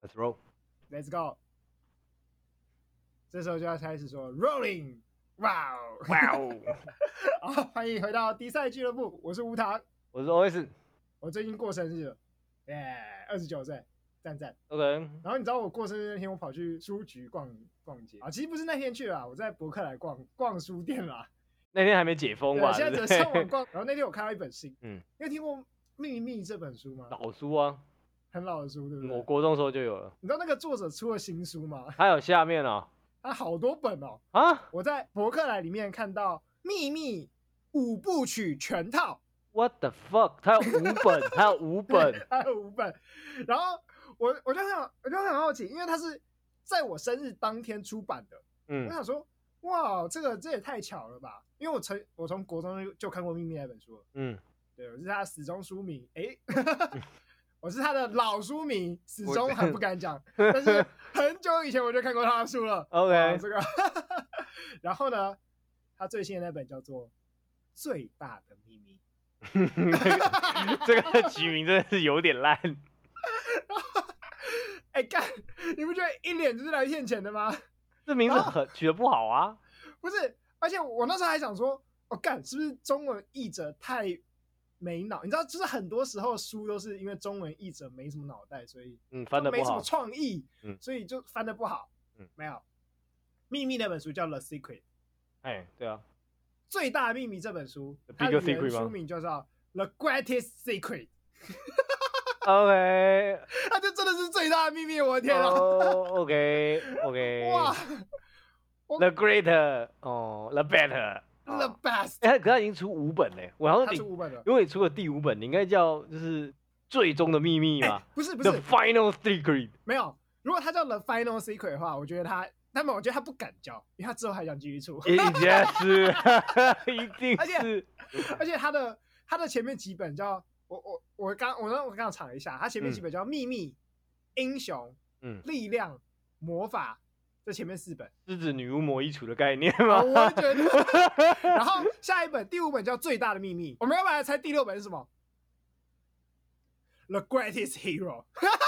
Let's roll. Let's go。这时候就要开始说 Rolling， 哇哦， 哇哦！ 好，欢迎回到迪赛俱乐部，我是吴糖， 我是 OS。 我最近过生日了，耶，29岁，赞赞。 OK。 然后你知道我过生日那天，我跑去书局逛街啊，其实不是那天去啦，我在博客来逛书店啦。 那天还没解封吧？ 现在只能上网逛。然后那天我看到一本新， 你有听过《秘密》这本书吗？ 老书啊， 很老的书，对不对？ 我国中的时候就有了。 你知道那个作者出了新书吗？ 还有下面哦， 他好多本哦。 啊， 我在博客来里面看到《秘密5部曲全套》。 What the fuck？ 他有5本，他有5本， 他有5本。然后我就很好奇，因为他是在我生日当天出版的。我想说，哇，这也太巧了吧！因为我从国中就看过《秘密》那本书了。对，我是他的死忠书迷。我是他的老书迷，始终很不敢讲，但是很久以前我就看过他的书了。 OK， 这个，然后呢，他最新的那本叫做《最大的秘密》。 这个取名真的是有点烂。 干，你不觉得一脸就是来骗钱的吗？ 这名字取得不好啊。 不是，而且我那时候还想说，干，是不是中文译者太没脑？你知道，就是很多时候书都是因为中文译者没什么脑袋，所以翻得不好， 没什么创意，所以就翻得不好。没有，秘密那本书叫《The Secret》。 对啊， 最大的秘密这本书， The 它的 Bigger 原 Secret 吗？ 书名叫做《The Greatest Secret》。 OK， 它就真的是最大的秘密，我的天啊 ！OK， 哇 ，The Greater， The Better。The best。 可是他已经出5本嘞，我好像他出5本了。 如果你出了第5本，你应该叫就是最终的秘密嘛？ 不是 The Final Secret。 没有，如果他叫 The Final Secret 的话，我觉得他不敢叫，因为他之后还想继续出。 一定是，一定是。 而且他的前面几本叫我刚查了一下，他前面几本叫秘密、英雄、力量、魔法。这前面4本， 狮子女巫魔衣橱的概念吗？ 我觉得。然后下一本第5本叫最大的秘密，我们要不要来猜第6本是什么 ？The Greatest Hero。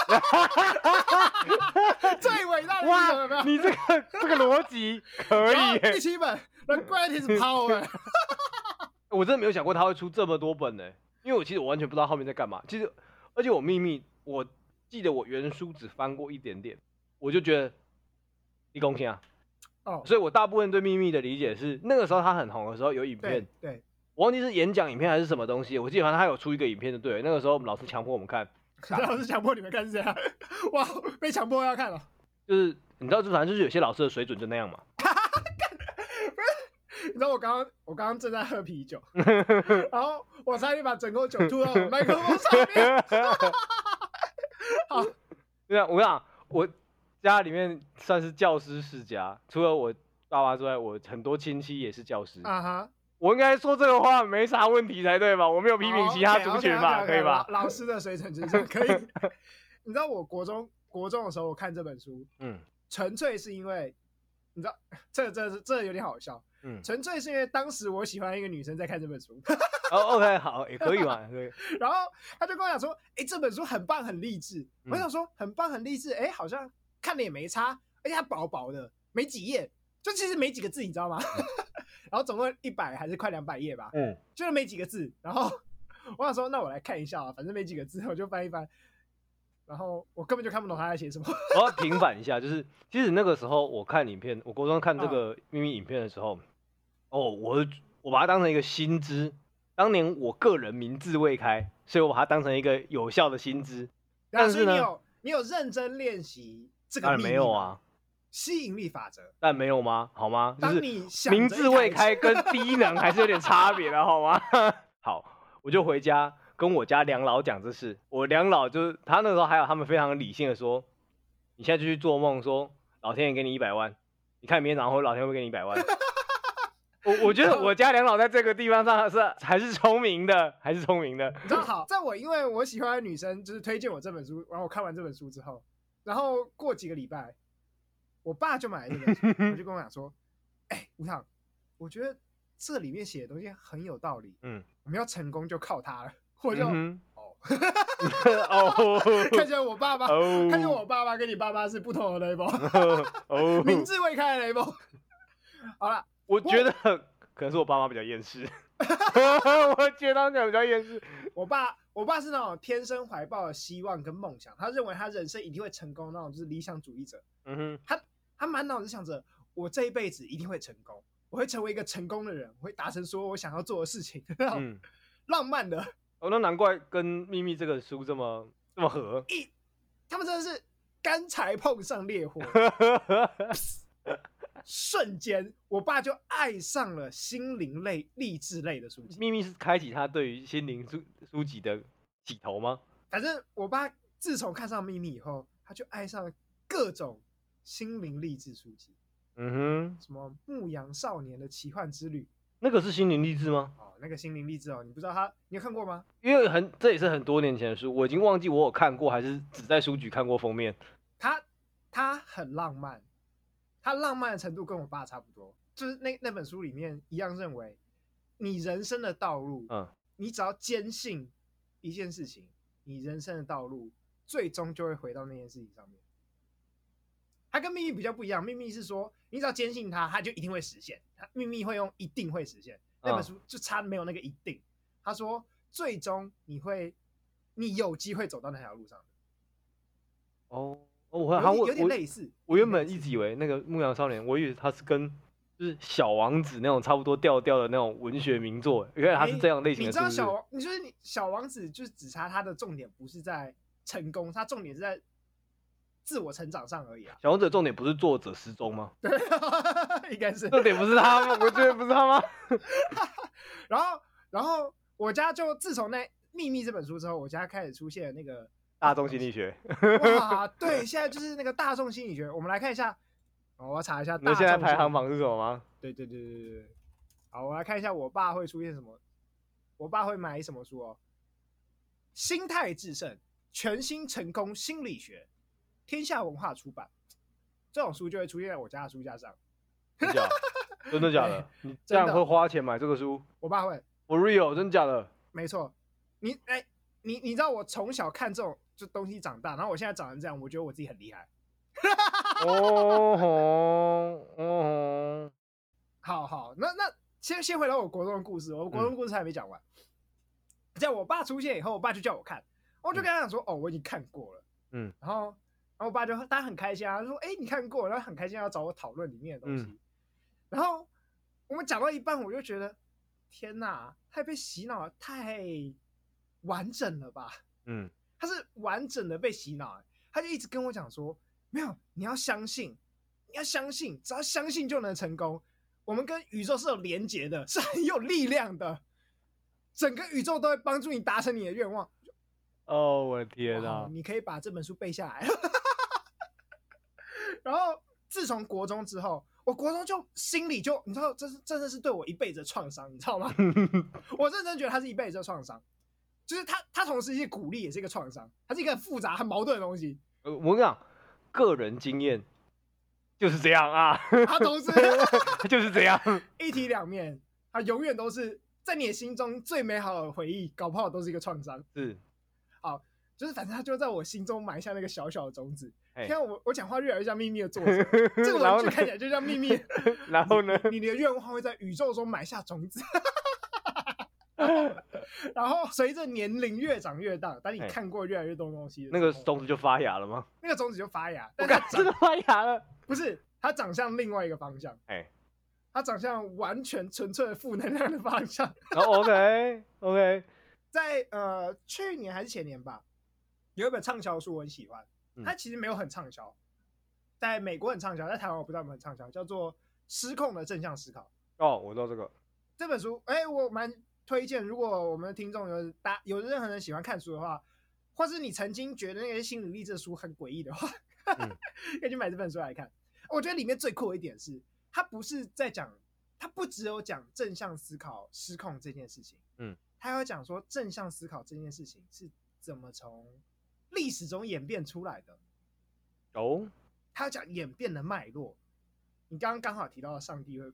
最伟大的英雄有没有？ 你这个逻辑可以耶。 第7本 The Greatest Power。 我真的没有想过他会出这么多本呢，因为其实我完全不知道后面在干嘛。其实，而且我秘密，我记得我原书只翻过一点点，我就觉得。你贡献啊，所以我大部分对秘密的理解是，那个时候他很红的时候有影片， 对， 我忘记是演讲影片还是什么东西，我记得好像他有出一个影片就对了。那个时候我们老师强迫我们看， 老师强迫你们看是这样，哇，被强迫要看了。 就是你知道，反正就是有些老师的水准就那样嘛。 你知道我刚刚正在喝啤酒，然后我差点把整口酒吐到麦克风上面。好， 对啊，我想我。家里面算是教师世家，除了我爸妈之外，我很多亲戚也是教师。我应该说这个话没啥问题才对吧？我没有批评其他族群吧，可以吧？ 老师的水准之上可以。你知道我国中的时候，我看这本书，纯粹是因为你知道，这有点好笑，纯粹是因为当时我喜欢一个女生在看这本书。 OK， 好，也可以嘛，可以。 然后他就跟我讲说，这本书很棒，很励志。我想说，很棒，很励志，好像。看的也没差，而且它薄薄的，没几页，就其实没几个字，你知道吗？然后总共100还是快200页吧，就是没几个字。然后我想说，那我来看一下啊，反正没几个字，我就翻一翻。然后我根本就看不懂他在写什么。 我要平反一下，就是其实那个时候我看影片，我国中看这个秘密影片的时候，我把它当成一个薪资。当年我个人民智未开，所以我把它当成一个有效的薪资。但是呢， 你有认真练习。 当然没有啊， 吸引力法则。 但没有吗？好吗？ 就是民智未开跟低能还是有点差别的，好吗？好，我就回家跟我家梁老讲这事。我梁老就是他那时候还有他们非常理性的说，你现在就去做梦，说老天爷给你100万，你看明天早上老天爷会给你100万。我觉得我家梁老在这个地方上还是聪明的，还是聪明的。 你知道好，因为我喜欢的女生就是推荐我这本书，然后我看完这本书之后。然后过几个礼拜，我爸就买了这本书，我就跟我讲说：“吴糖，我觉得这里面写的东西很有道理，我们要成功就靠它了。”我就哦， 看起来我爸爸， 哦， 看起来我爸爸跟你爸爸是不同的 level， 哦， 明智未开的 level。好了， 我觉得可能是我爸妈比较厌世，我觉得他们比较厌世。 我爸是那种天生怀抱的希望跟梦想，他认为他人生一定会成功那种，就是理想主义者。 嗯哼，他满脑子想着我这一辈子一定会成功，我会成为一个成功的人，我会达成所有我想要做的事情，浪漫的。 哦，那难怪跟秘密这个书这么合。 他们真的是干柴碰上烈火，瞬间，我爸就爱上了心灵类、励志类的书籍。 秘密是开启他对于心灵书籍的起头吗？ 反正我爸自从看上秘密以后，他就爱上了各种心灵励志书籍。什么牧羊少年的奇幻之旅， 那个是心灵励志吗？ 哦，那个心灵励志哦，你不知道你有看过吗？ 因为这也是很多年前的书，我已经忘记我有看过还是只在书局看过封面。 他很浪漫，他浪漫的程度跟我爸差不多，就是那本书里面一样认为，你人生的道路，你只要坚信一件事情，你人生的道路最终就会回到那件事情上面。它跟秘密比较不一样，秘密是说你只要坚信它就一定会实现，秘密会用一定会实现，那本书就差没有那个一定。他说最终你有机会走到那条路上的。有点类似。 我原本一直以为那个牧羊少年，我以为他是跟就是小王子那种差不多调的那种文学名作，原来他是这样类型的。 你知道小王子就是只差他的重点不是在成功，他重点是在自我成长上而已啊。 小王子的重点不是作者失踪吗？ 对，应该是。 重点不是他吗？我觉得不是他吗？ 然后我家就自从那《秘密》这本书之后，我家开始出现那个大众心理学。 哇，对，现在就是那个大众心理学。我们来看一下，我要查一下。 那现在排行榜是什么吗？ 对。好，我来看一下我爸会出现什么。我爸会买什么书哦？心态致胜，全新成功心理学，天下文化出版。这种书就会出现在我家的书架上。 真的假的？你这样会花钱买这个书？ 我爸会。 For real，真的假的？ 没错。你知道我从小看这种就东西长大，然后我现在长成这样，我觉得我自己很厉害。好，那先回到我国中的故事。我国中故事还没讲完。在我爸出现以后，我爸就叫我看，我就跟他讲说，我已经看过了。然后我爸就当然很开心啊，他说，你看过，然后很开心要找我讨论里面的东西。然后我们讲到一半，我就觉得，天哪，太被洗脑了，太完整了吧？他是完整的被洗脑，他就一直跟我讲说，没有，你要相信，只要相信就能成功。我们跟宇宙是有连结的，是很有力量的，整个宇宙都会帮助你达成你的愿望。 我的天哪！ 你可以把这本书背下来。然后自从国中之后，我国中就心里就你知道，这真的是对我一辈子的创伤，你知道吗？我认真觉得它是一辈子的创伤，就是它同时是鼓励，也是一个创伤，它是一个很复杂、很矛盾的东西。 我跟你讲，个人经验就是这样啊， 它都是就是这样， 一体两面，它永远都是在你的心中最美好的回忆，搞不好都是一个创伤。 是， 好，就是反正它就在我心中埋下那个小小的种子。你看我讲话越来越像秘密的作者，这个文句看起来就像秘密。 然后呢， 你的愿望会在宇宙中埋下种子。然后随着年龄越长越大，当你看过越来越多东西， 那个种子就发芽了吗？ 那个种子就发芽， 但它真的发芽了？ 不是，它长向另外一个方向。它长向完全纯粹的负能量的方向。 OK， 在去年还是前年吧，有一本畅销书我很喜欢，它其实没有很畅销，在美国很畅销，在台湾我不知道有没有很畅销，叫做《失控的正向思考》。 我知道这个。 这本书，我蛮推荐，如果我们的听众有任何人喜欢看书的话，或是你曾经觉得那些心理励志书很诡异的话，可以去买这本书来看。我觉得里面最酷的一点是，它不是在讲，它不只有讲正向思考失控这件事情，它要讲说正向思考这件事情是怎么从历史中演变出来的。它要讲演变的脉络。你刚好提到了上帝会，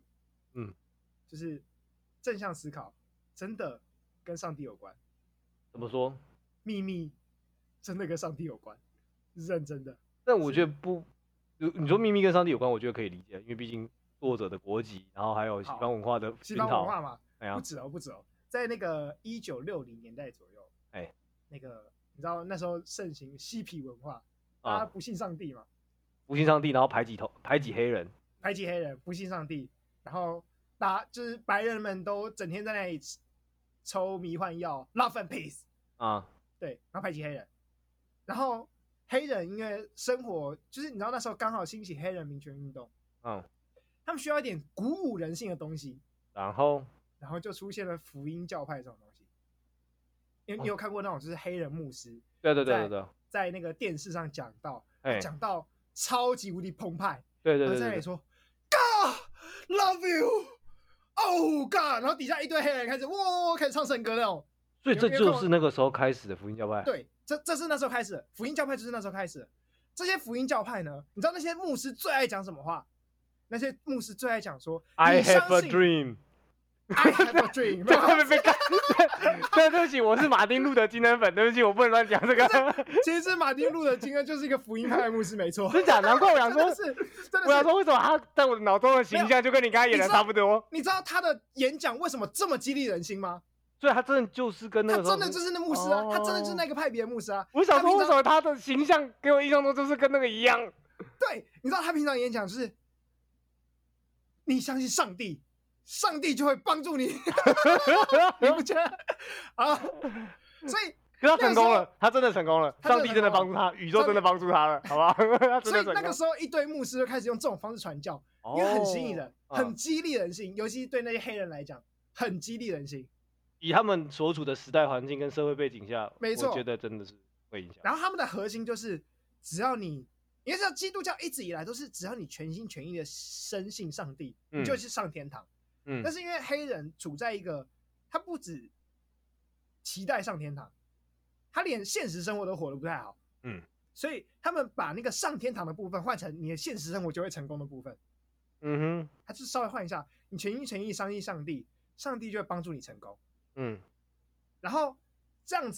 就是正向思考真的跟上帝有关。 怎么说？ 秘密真的跟上帝有关，认真的。 但我觉得不，你说秘密跟上帝有关，我觉得可以理解，因为毕竟作者的国籍，然后还有西方文化的西方文化嘛，不止哦，在那个1960年代左右，那个你知道那时候盛行嬉皮文化，大家不信上帝嘛， 不信上帝，然后排挤黑人， 不信上帝，然后就是白人们都整天在那里抽迷幻药 ，love and peace 啊，对，然后排挤黑人，然后黑人因为生活就是你知道那时候刚好兴起黑人民权运动，他们需要一点鼓舞人性的东西，然后就出现了福音教派这种东西。你有看过那种就是黑人牧师？对，在那个电视上讲到超级无敌澎湃， 对， 在那里说 God love you。Oh God！ 然后底下一堆黑人开始开始唱圣歌那种， 所以这就是那个时候开始的福音教派。 对，这是那时候开始的福音教派，就是那时候开始的。这些福音教派呢，你知道那些牧师最爱讲什么话？那些牧师最爱讲说 ：“I have a dream, I have a dream。” 对不起，我是马丁路德金恩粉，对不起，我不能乱讲这个。 其实马丁路德金恩就是一个福音派的牧师，没错。 真假？难怪我想说，我想说为什么他在我脑中的形象就跟你刚才演的差不多？ 你知道他的演讲为什么这么激励人心吗？ 所以他真的就是跟那个， 他真的就是那牧师啊，他真的就是那个派别的牧师啊。 我想说，为什么他的形象给我印象中就是跟那个一样？ 对，你知道他平常演讲就是，你相信上帝，上帝就会帮助你，你不觉得啊？所以。 可是他成功了，他真的成功了，上帝真的帮助他，宇宙真的帮助他了，好不好？ 所以那个时候一堆牧师就开始用这种方式传教，因为很吸引人，很激励人心，尤其对那些黑人来讲，很激励人心。 以他们所处的时代环境跟社会背景下， 没错， 我觉得真的是会影响。 然后他们的核心就是，只要你，因为像基督教一直以来都是，只要你全心全意的深信上帝，你就去上天堂。但是因为黑人处在一个，他不只期待上天堂。他连现实生活都活得不太好，所以他们把那个上天堂的部分换成你的现实生活就会成功的部分，他就稍微换一下，你全心全意相信上帝，上帝就会帮助你成功，然后这样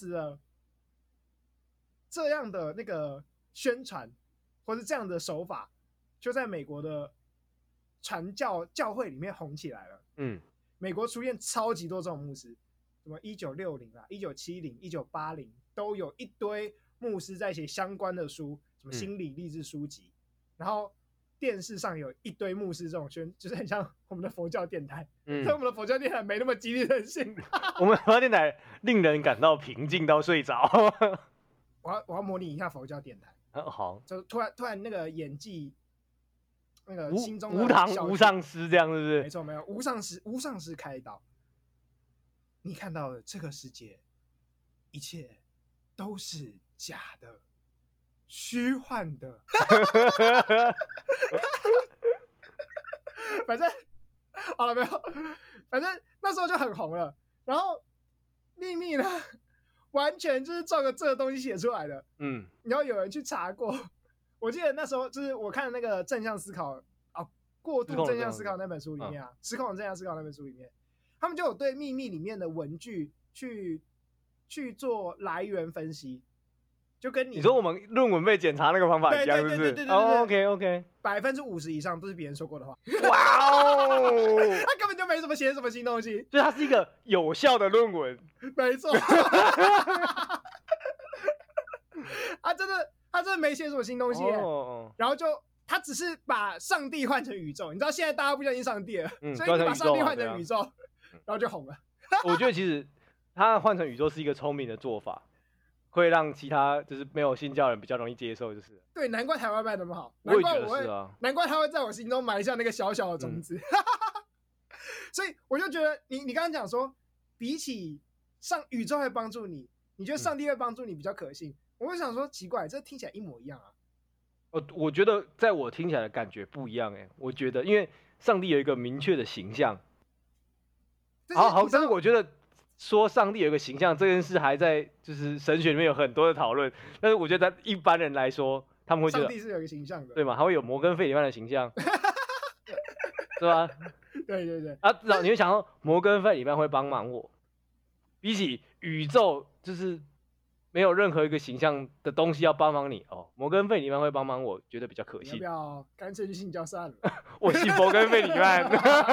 的那个宣传或是这样的手法，就在美国的传教会里面红起来了，美国出现超级多这种牧师。什么1960啊、1970、1980都有一堆牧师在写相关的书，什么心理励志书籍，然后电视上有一堆牧师这种就是很像我们的佛教电台，但我们的佛教电台没那么激励人心。 我们佛教电台令人感到平静到睡着。 我要模拟一下佛教电台。 好， 就突然那个演技，那个心中的无堂无上师这样，是不是？ 没错，没有无上师开刀。你看到了这个世界，一切都是假的、虚幻的。反正好了没有？反正那时候就很红了。然后秘密呢，完全就是照着这个东西写出来的。然后有人去查过，我记得那时候就是我看那个正向思考过度正向思考那本书里面啊，失控的正向思考那本书里面。他们就有对秘密里面的文句去做来源分析，就跟你说我们论文被检查那个方法一样，是不是？ 对。 OK， 50%以上都是別人說過的話。 哇哦！ 他根本就沒什麼寫什麼新東西， 所以它是一個有效的論文。 沒錯。他真的沒寫什麼新東西，然後就他只是把上帝換成宇宙。你知道現在大家不相信上帝了，所以你把上帝換成宇宙。然後就紅了。 我覺得其實他換成宇宙是一個聰明的做法，會讓其他就是沒有信教人比較容易接受，就是。 對，難怪台灣賣那麼好。 我也覺得是啊。 難怪他會在我心中埋下那個小小的種子。所以我就覺得你剛剛講說，比起宇宙會幫助你，你覺得上帝會幫助你比較可信？我就想說奇怪，這聽起來一模一樣啊。 我覺得在我聽起來的感覺不一樣欸。我覺得因為上帝有一個明確的形象。好，但是我覺得說上帝有一個形象這件事還在就是神學裡面有很多的討論，但是我覺得在一般人來說，他們會覺得上帝是有一個形象的， 對嘛？還會有摩根費里曼的形象，對吧？ 對啊，你會想說摩根費里曼會幫忙我，比起宇宙就是没有任何一个形象的东西要帮忙你哦。摩根费里曼会帮忙我，觉得比较可信。 要不要干脆去信教算了？ 我信摩根费里曼。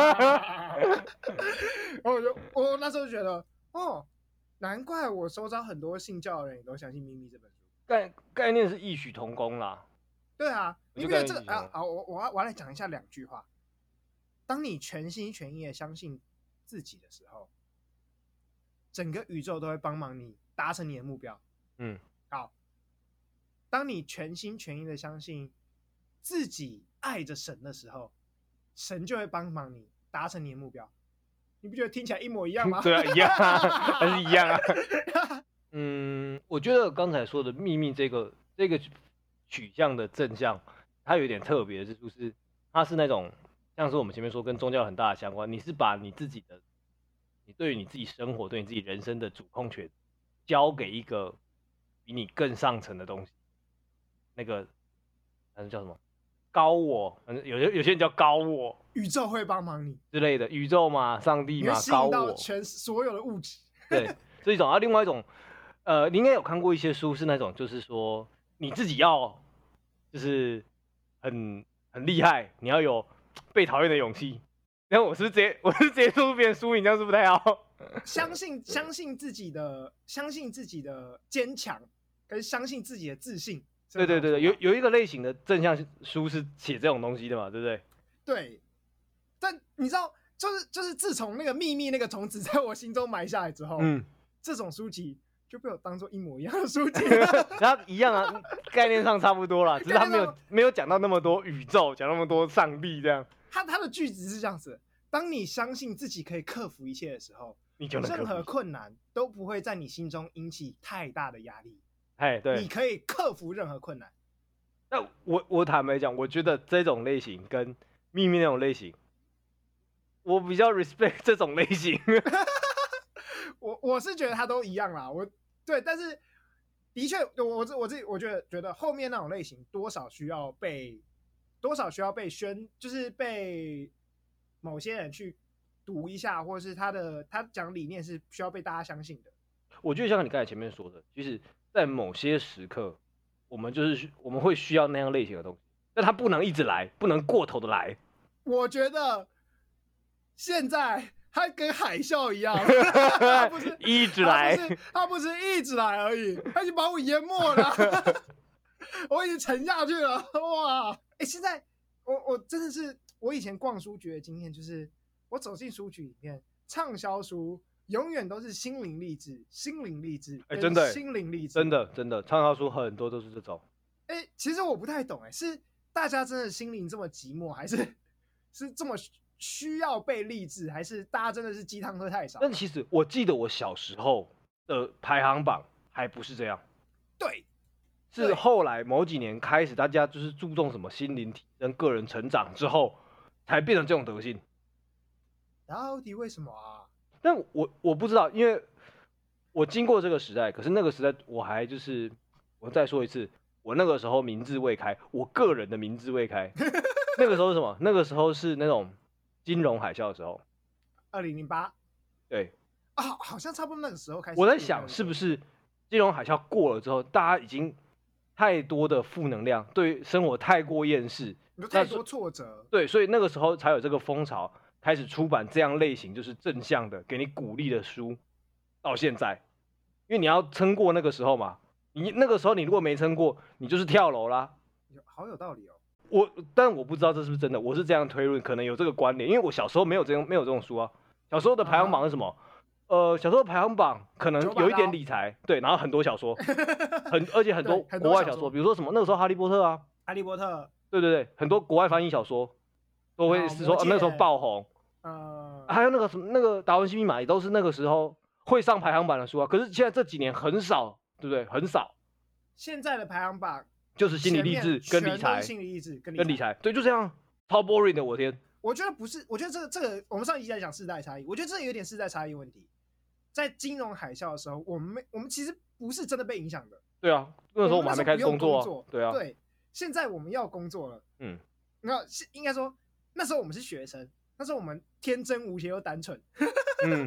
然后我那时候就觉得，哦，难怪我周遭很多信教的人也都相信《秘密》这本书。 概念是异曲同工啦。 对啊，因为这个我要来讲一下2句话。当你全心全意的相信自己的时候，整个宇宙都会帮忙你达成你的目标。好。当你全心全意的相信自己爱着神的时候，神就会帮忙你达成你的目标。你不觉得听起来一模一样吗？ 对啊，一样啊，还是一样啊。我觉得刚才说的秘密这个取向的正向，它有点特别的，就是它是那种像是我们前面说跟宗教很大的相关，你是把你对于你自己生活、对你自己人生的主控权，交给一个比你更上层的东西，那个叫什么高我，有些人叫高我， 宇宙会帮忙你之类的，宇宙嘛、上帝嘛、高我， 所有的物质。 对，这一种。另外一种，你应该有看过一些书，是那种就是说你自己要就是很厉害，你要有被讨厌的勇气。然后我是直接说出别人书名，这样是不太好。 相信自己的坚强，跟相信自己的自信。 对，有一个类型的正向书是写这种东西的嘛，对不对？ 对，但你知道，就是自从那个秘密那个种子在我心中埋下来之后，这种书籍就被我当做一模一样的书籍。 然后一样啊，概念上差不多啦，只是他没有讲到那么多宇宙，讲那么多上帝这样。 他的句子是这样子：当你相信自己可以克服一切的时候， 你就能克服任何困难都不会在你心中引起太大的压力。 对， 你可以克服任何困难。 那我坦白讲，我觉得这种类型跟秘密那种类型，我比较 respect 这种类型。 我是觉得他都一样啦，对，但是的确，我自己觉得后面那种类型多少需要被就是被某些人去读一下，或者是他讲理念是需要被大家相信的。 我觉得像你刚才前面说的，其实在某些时刻，我们会需要那样类型的东西，但它不能一直来，不能过头的来。 我觉得现在它跟海啸一样， 它不是一直来， 它不是一直来而已，它已经把我淹没了，我已经沉下去了。哇！现在我真的是，我以前逛书局的经验就是，我走进书局里面，畅销书永远都是心灵励志， 真的心灵励志， 真的畅销书很多都是这种。 其实我不太懂，是大家真的心灵这么寂寞，还是这么需要被励志，还是大家真的是鸡汤喝太少？ 但其实我记得我小时候的排行榜还不是这样， 对， 是后来某几年开始，大家就是注重什么心灵提升、个人成长之后，才变成这种德性。 到底为什么啊？ 但我不知道，因为我经过这个时代，可是那个时代我再说一次，我那个时候民智未开，我个人的民智未开。那个时候是什么？那个时候是那种金融海啸的时候 ，2008。 对啊，好像差不多那个时候开始。 我在想，是不是金融海啸过了之后，大家已经太多的负能量，对生活太过厌世， 太多挫折， 对，所以那个时候才有这个风潮，开始出版这样类型就是正向的，给你鼓励的书。到现在，因为你要撑过那个时候嘛，你那个时候你如果没撑过，你就是跳楼啦。 好有道理哦。 但我不知道这是不是真的，我是这样推论，可能有这个关联，因为我小时候没有这种书啊。小时候的排行榜是什么？小时候排行榜可能有一点理财，对，然后很多小说，而且很多国外小说，比如说什么那个时候哈利波特啊， 哈利波特， 对，很多国外翻译小说都会是说那时候爆红，还有那个什么那个达文西密码也都是那个时候会上排行榜的书啊。可是现在这几年很少，对不对？很少。 现在的排行榜就是心理励志跟理财， 心理励志跟理财，对，就这样，超 boring 的，我天！ 我觉得不是，我觉得这个我们上一集在讲世代差异，我觉得这有点世代差异问题。在金融海啸的时候，我们其实不是真的被影响的。 对啊，那时候我们还没开始工作，对啊。 对，现在我们要工作了，那应该说那时候我们是学生，那时候我们天真无邪又单纯，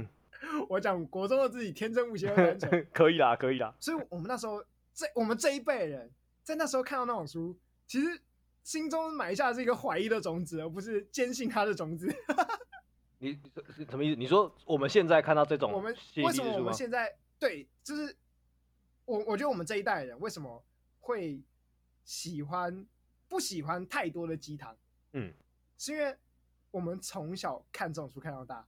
我讲国中的自己天真无邪又单纯， 可以啦，可以啦。 所以我们那时候，我们这一辈人在那时候看到那种书，其实心中埋下是一个怀疑的种子，而不是坚信它的种子。 你什么意思？你说我们现在看到这种， 我们为什么我们现在对，就是我觉得我们这一代人为什么会不喜欢太多的鸡汤？是因为我们从小看这种书看到大。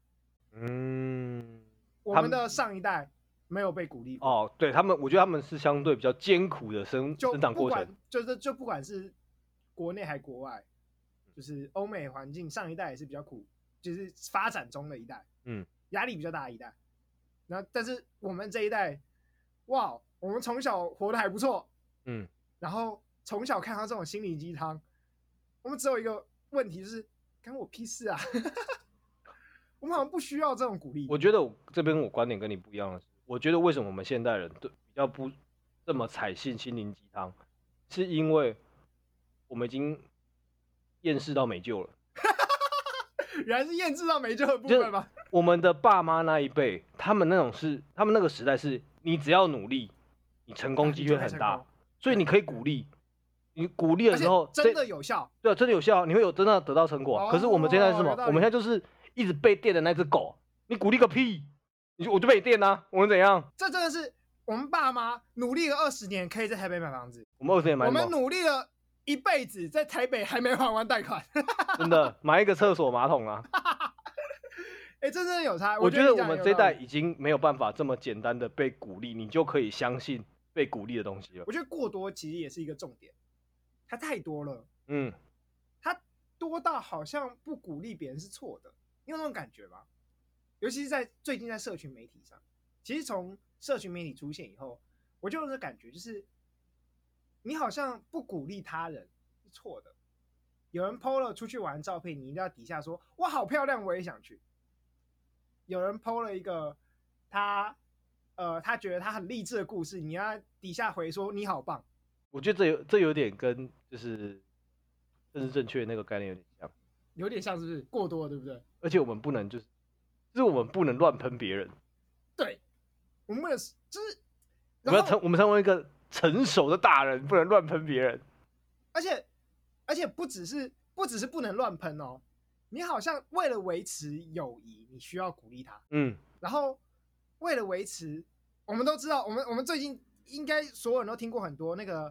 我们的上一代没有被鼓励过。 哦，对他们，我觉得他们是相对比较艰苦的生长过程。 就不管是国内还国外，就是欧美环境，上一代也是比较苦，就是发展中的一代，压力比较大的一代。但是我们这一代，哇，我们从小活得还不错，然后从小看到这种心灵鸡汤，我们只有一个问题，就是干我屁事啊！我们好像不需要这种鼓励。 我觉得这边我观点跟你不一样的是，我觉得为什么我们现代人比较不这么采信心灵鸡汤，是因为我们已经厌世到没救了。 原来是厌世到没救的部分吗？ 我们的爸妈那一辈，他们那个时代是，你只要努力，你成功机会很大，所以你可以鼓励。你鼓励的时候， 真的有效。 对，真的有效，你会真的得到成果。可是我们现在是什么？我们现在就是一直被电的那只狗，你鼓励个屁！我就被你电啊，我能怎样？ 这真的是我们爸妈努力了20年，可以在台北买房子。 我们20年买， 我们努力了一辈子，在台北还没还完贷款。 真的买一个厕所马桶啊！ 这真的有差。 我觉得我们这一代已经没有办法这么简单的被鼓励，你就可以相信被鼓励的东西了。 我觉得过多其实也是一个重点，它太多了。它多到好像不鼓励别人是错的，你有那种感觉吗？尤其是最近在社群媒体上，其实从社群媒体出现以后，我就有这感觉，就是你好像不鼓励他人是错的。有人 po 了出去玩的照片，你一定要底下说哇好漂亮，我也想去。有人 po 了一个他觉得他很励志的故事，你要底下回说你好棒。 我觉得这有点跟就是政治正确那个概念有点像， 有点像是不是过多了，对不对？ 而且我们不能就是我们不能乱喷别人。对， 我们不能就是我们成为一个成熟的大人，不能乱喷别人。 而且不只是不能乱喷哦，你好像为了维持友谊，你需要鼓励他。然后为了维持，我们都知道，我们最近应该所有人都听过很多那个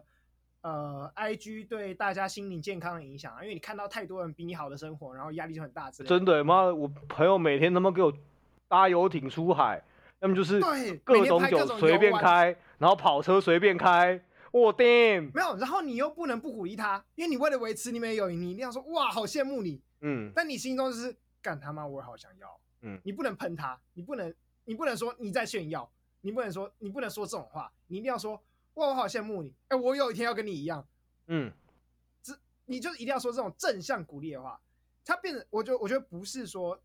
IG 对大家心理健康的影响啊，因为你看到太多人比你好的生活，然后压力就很大之类的。 真的，妈的，我朋友每天他妈给我搭游艇出海，要么就是各种酒随便开，然后跑车随便开。我damn， 没有，然后你又不能不鼓励他，因为你为了维持你们的友谊，你一定要说哇，好羡慕你。但你心中就是干他妈，我好想要。你不能喷他，你不能说你在炫耀，你不能说这种话，你一定要说哇，我好羡慕你，我有一天要跟你一样。你就一定要说这种正向鼓励的话。它变成，我觉得不是说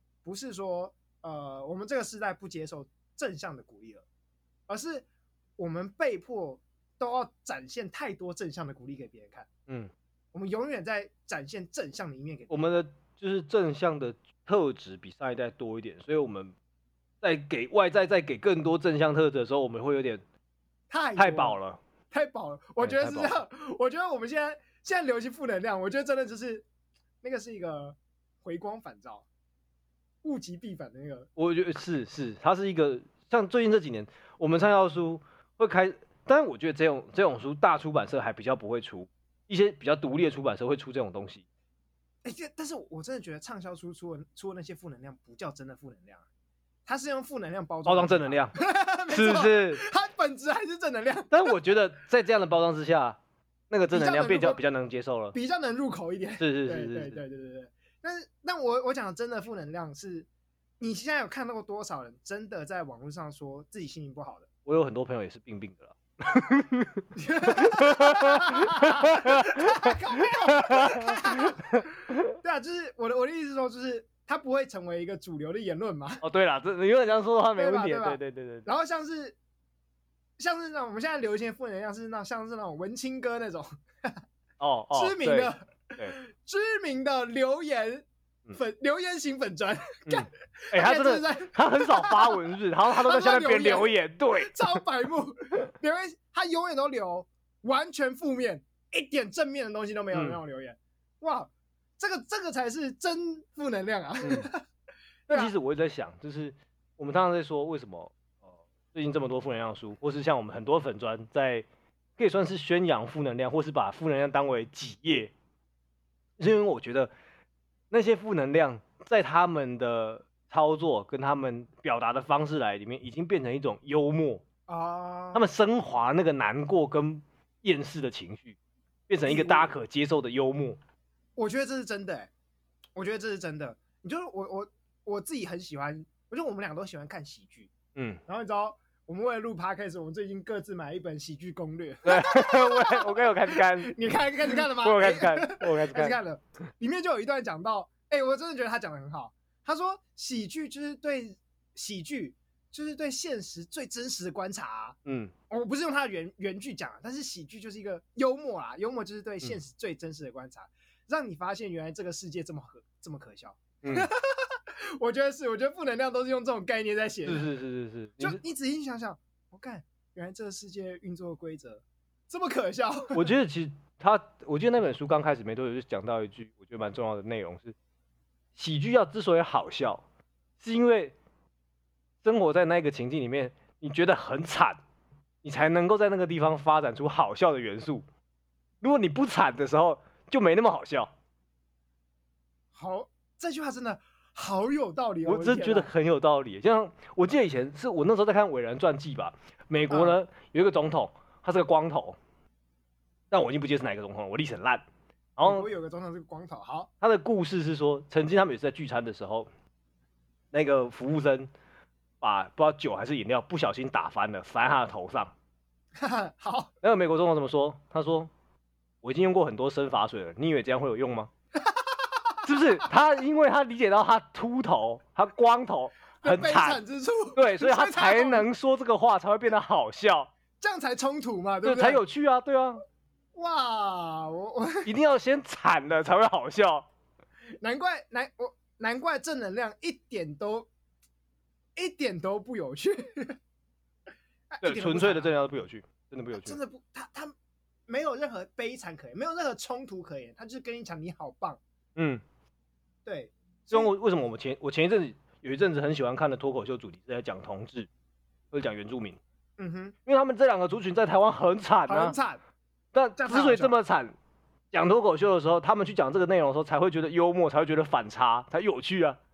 我们这个时代不接受正向的鼓励了，而是我们被迫都要展现太多正向的鼓励给别人看。我们永远在展现正向的一面给别人。 我们的就是正向的特质比上一代多一点，所以我们在给外在再给更多正向特质的时候，我们会有点太饱了。 我觉得是这样。我觉得我们现在流行负能量，我觉得真的就是那个是一个回光返照，物极必反的那个。 我觉得是，它是一个像最近这几年我们畅销书会开，但是我觉得这种书大出版社还比较不会出，一些比较独立的出版社会出这种东西。 但是我真的觉得畅销书出的那些负能量不叫真的负能量，它是用负能量包装正能量，是不是？ 它本质还是正能量。 但我觉得在这样的包装之下，那个正能量比较能接受了， 比较能入口一点。 是。 对。但我讲的真的负能量是，你现在有看到过多少人真的在网络上说自己心情不好的？ 我有很多朋友也是病的啦。 对啊，就是我的意思说，就是它不会成为一个主流的言论嘛。 对啦，你有点这样说的话没问题。对。 然后像是那种我们现在流行的负能量是像是那种文青哥那种知名的留言留言型粉专， 他真的他很少发文字，然后他都在下面边留言，对， 超白目，留言他永远都留完全负面，一点正面的东西都没有那种留言，哇，这个才是真负能量啊！ 那其实我一直在想，就是我们常常在说为什么最近这么多负能量书，或是像我们很多粉专在可以算是宣扬负能量，或是把负能量当为己业，是因为我觉得那些负能量在他们的操作跟他们表达的方式里面，已经变成一种幽默啊，他们升华那个难过跟厌世的情绪，变成一个大家可接受的幽默。 我觉得这是真的，我觉得这是真的。你就是我自己很喜欢，我觉得我们两个都喜欢看喜剧，然后你知道。我们为了录 podcast， 我们最近各自买一本喜剧攻略。 对，我刚有开始看。 你开始看了吗？ 我开始看， 开始看了。里面就有一段讲到，我真的觉得他讲得很好。他说喜剧就是对现实最真实的观察。我不是用他的原句讲，但是喜剧就是一个幽默啦，幽默就是对现实最真实的观察，让你发现原来这个世界这么可笑。我觉得负能量都是用这种概念在写的。 是。 就你仔细想想，原来这个世界运作的规则这么可笑。 我觉得其实我记得那本书刚开始没多久就讲到一句我觉得蛮重要的内容是，喜剧之所以好笑，是因为生活在那个情境里面，你觉得很惨，你才能够在那个地方发展出好笑的元素。如果你不惨的时候，就没那么好笑。 好，这句话真的。好有道理， 我真觉得很有道理。像我记得以前是我那时候在看伟人传记吧，美国呢有一个总统，他是个光头，但我已经不记得是哪一个总统了，我历史很烂。然后我有个总统是个光头，好， 他的故事是说，曾经他们也是在聚餐的时候，那个服务生把不知道酒还是饮料不小心打翻了，翻在他的头上。 好， 那个美国总统怎么说？他说：“我已经用过很多生发水了，你以为这样会有用吗？”是不是他？因为他理解到他秃头，他光头很惨之处， 对，所以他才能说这个话，才会变得好笑， 这样才冲突嘛，对不对？ 才有趣啊，对啊。 哇，我一定要先惨了才会好笑。 难怪正能量一点都不有趣。 对，纯粹的正能量都不有趣，真的不有趣。 真的不，他没有任何悲惨可言，没有任何冲突可言，他就是跟你讲你好棒。对， 所以为什么我前有一阵子很喜欢看的脱口秀主题是在讲同志或者讲原住民，因为他们这两个族群在台湾很惨啊， 很惨。 但之所以这么惨，讲脱口秀的时候，他们去讲这个内容的时候，才会觉得幽默，才会觉得反差，才有趣啊。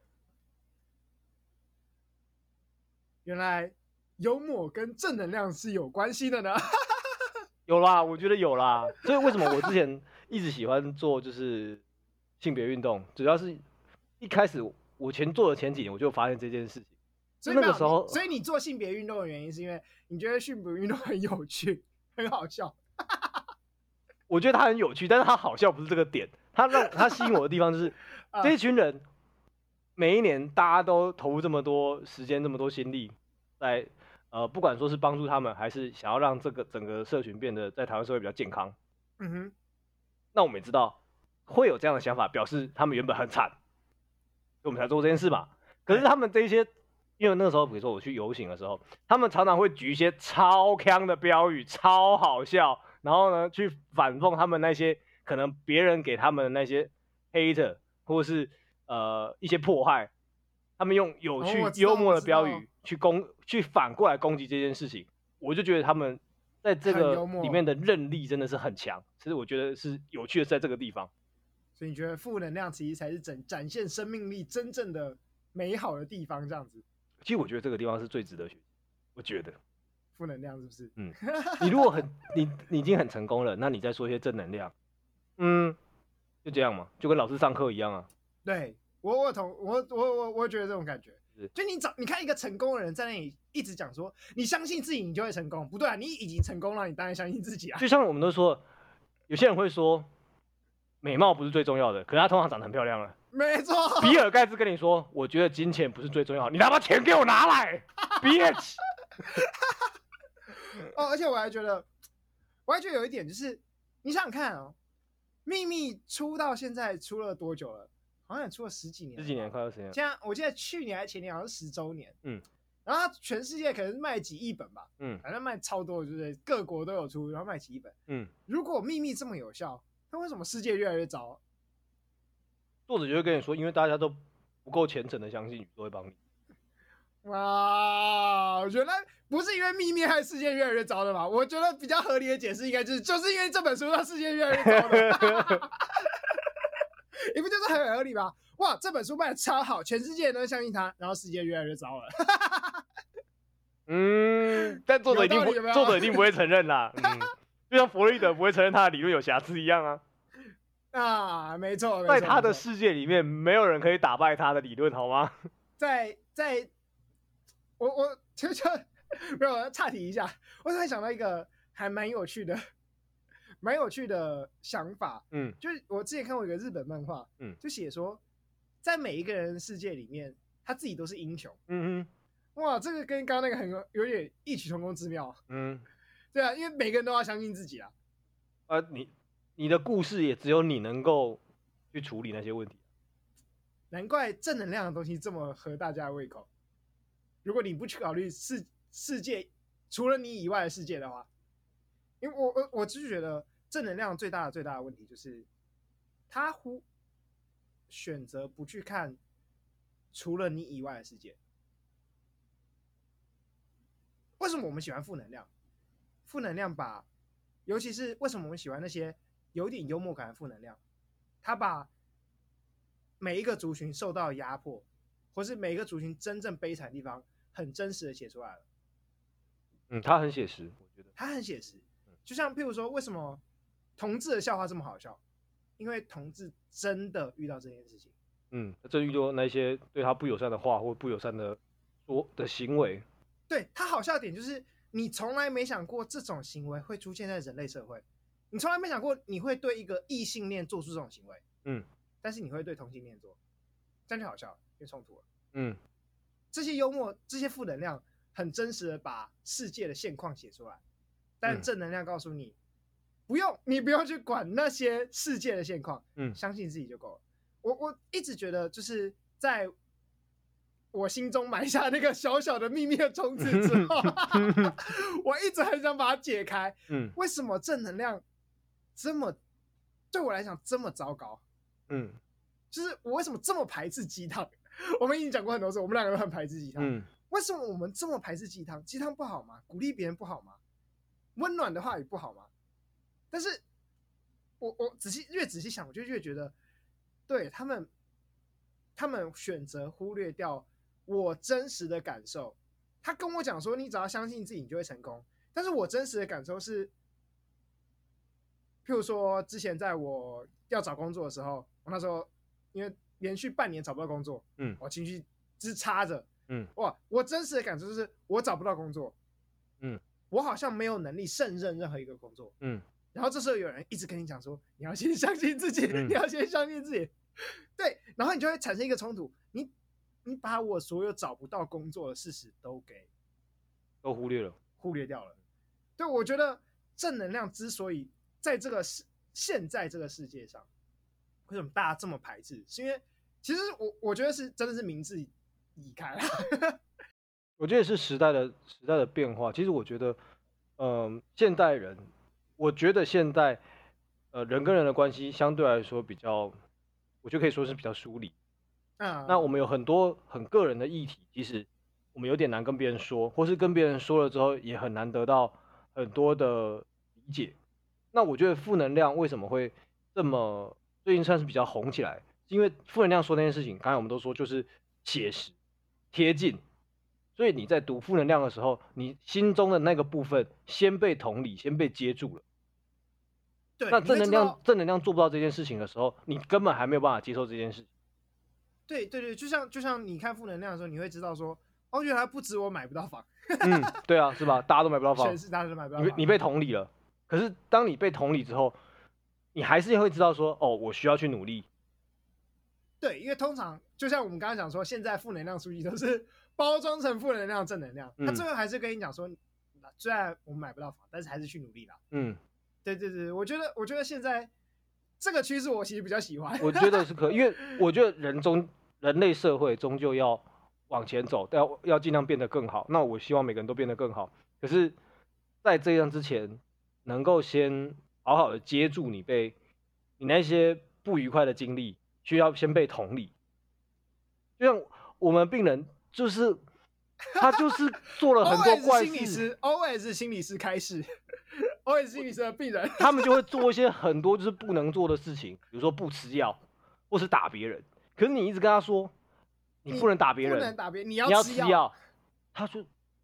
原来幽默跟正能量是有关系的呢。 有啦，我觉得有啦。所以为什么我之前一直喜欢做就是性别运动，主要是一开始我做的前几年我就发现这件事情， 所以那个时候，所以你做性别运动的原因是因为你觉得性别运动很有趣，很好笑。 我觉得它很有趣，但是它好笑不是这个点，它吸引我的地方就是这一群人每一年大家都投入这么多时间、这么多心力在不管说是帮助他们，还是想要让这个整个社群变得在台湾社会比较健康。那我们也知道会有这样的想法，表示他们原本很惨，所以我们才做这件事嘛。可是他们这些，因为那个时候比如说我去游行的时候，他们常常会举一些超鏘的标语，超好笑。然后呢，去反讽他们那些可能别人给他们的那些 hater 或是一些迫害，他们用有趣幽默的标语去反过来攻击这件事情，我就觉得他们在这个里面的韧力真的是很强。其实我觉得是有趣的是在这个地方。 所以你觉得负能量其实才是展现生命力真正的美好的地方，这样子？ 其实我觉得这个地方是最值得学习，我觉得。 负能量是不是？ 你如果你已经很成功了，那你再说一些正能量，就这样嘛，就跟老师上课一样啊。 对，我觉得这种感觉，就你看一个成功的人在那里一直讲说，你相信自己你就会成功，不对啊，你已经成功了，你当然相信自己啊。 就像我们都说，有些人会说，美貌不是最重要的，可是他通常长得很漂亮了。 没错。 比尔盖茨跟你说，我觉得金钱不是最重要的，你他妈钱给我拿来 ，bitch。 而且我还觉得有一点就是，你想想看哦，秘密出到现在出了多久了？ 好像也出了十几年， 快20年。 现在我记得去年还是前年好像是10周年， 嗯， 然后它全世界可能是卖几亿本吧， 嗯， 反正卖超多，对不对？各国都有出，然后卖几亿本。 嗯， 如果秘密这么有效，那为什么世界越来越糟？ 作者就会跟你说，因为大家都不够虔诚的相信宇宙会帮你。 哇，原来不是因为秘密害世界越来越糟的吧？我觉得比较合理的解释应该就是因为这本书让世界越来越糟的。你不就是很合理吗？哇，这本书卖的超好，全世界人都相信它，然后世界越来越糟了。 但作者一定不会承认啦。就像弗洛伊德不会承认他的理论有瑕疵一样啊。 啊，没错， 在他的世界里面，没有人可以打败他的理论，好吗？ 我就没有岔题一下，我突然想到一个还蛮有趣的想法。就是我之前看过一个日本漫画，就写说，在每一个人的世界里面，他自己都是英雄。哇，这个跟刚刚那个有点异曲同工之妙。对啊，因为每个人都要相信自己啊。 你的故事也只有你能够去处理那些问题。 难怪正能量的东西这么合大家的胃口。如果你不去考虑世界除了你以外的世界的话，因为我只是觉得正能量最大的问题就是他选择不去看除了你以外的世界。为什么我们喜欢负能量？负能量尤其是为什么我们喜欢那些有点幽默感的负能量？他把每一个族群受到的压迫，或是每一个族群真正悲惨的地方，很真实的写出来了。 他很写实，我觉得他很写实。就像譬如说，为什么同志的笑话这么好笑？因为同志真的遇到这件事情。 真遇到那些对他不友善的话或不友善的行为。 对，他好笑的点就是你从来没想过这种行为会出现在人类社会，你从来没想过你会对一个异性恋做出这种行为。但是你会对同性恋做，这样就好笑了，因为冲突了。这些幽默，这些负能量，很真实的把世界的现况写出来。但正能量告诉你，你不用去管那些世界的现况，相信自己就够了。我一直觉得，就是在我心中埋下那个小小的秘密的种子之后，我一直很想把它解开。为什么正能量对我来讲这么糟糕？就是我为什么这么排斥鸡汤？我们已经讲过很多次，我们两个都很排斥鸡汤。为什么我们这么排斥鸡汤？鸡汤不好吗？鼓励别人不好吗？温暖的话语不好吗？但是我越仔细想，我就越觉得，对他们选择忽略掉我真实的感受。他跟我讲说，你只要相信自己，你就会成功。但是我真实的感受是，譬如说之前在我要找工作的时候，我那时候因为连续半年找不到工作，我情绪直插着，哇！我真实的感受就是我找不到工作，我好像没有能力胜任任何一个工作，然后这时候有人一直跟你讲说，你要先相信自己，你要先相信自己，对，然后你就会产生一个冲突，你把我所有找不到工作的事实都忽略掉了。对，我觉得正能量之所以在现在这个世界上，为什么大家这么排斥？是因为其实我觉得是真的是名字已开了。 我觉得是时代的变化。其实我觉得，现代人，我觉得现在，人跟人的关系相对来说比较，我觉得可以说是比较疏离。那我们有很多很个人的议题，其实我们有点难跟别人说，或是跟别人说了之后也很难得到很多的理解。那我觉得负能量为什么会最近算是比较红起来，是因为负能量说那件事情，刚才我们都说就是写实、贴近，所以你在读负能量的时候，你心中的那个部分先被同理，先被接住了。 对， 那正能量做不到这件事情的时候，你根本还没有办法接受这件事情。 对，就像你看负能量的时候，你会知道说，哦，原来不止我买不到房。 对啊，是吧？大家都买不到房， 全是大家都买不到房。 你被同理了，可是当你被同理之后，你还是会知道说，哦，我需要去努力。 对，因为通常就像我们刚刚讲说，现在负能量书籍都是包装成负能量、正能量，他最后还是跟你讲说，虽然我们买不到房，但是还是去努力啦。对，我觉得现在这个趋势我其实比较喜欢。 我觉得是可以，因为我觉得人类社会终究要往前走，要尽量变得更好。那我希望每个人都变得更好。可是，在这样之前，能够先好好的接住你那些不愉快的经历，需要先被同理。就像我们病人，就是他就是做了很多怪事。 OS 心理师开始，OS 心理师的病人， 他们就会做一些很多就是不能做的事情，比如说不吃药，或是打别人。可是你一直跟他说，你不能打别人， 不能打别人，你要要吃药，他说，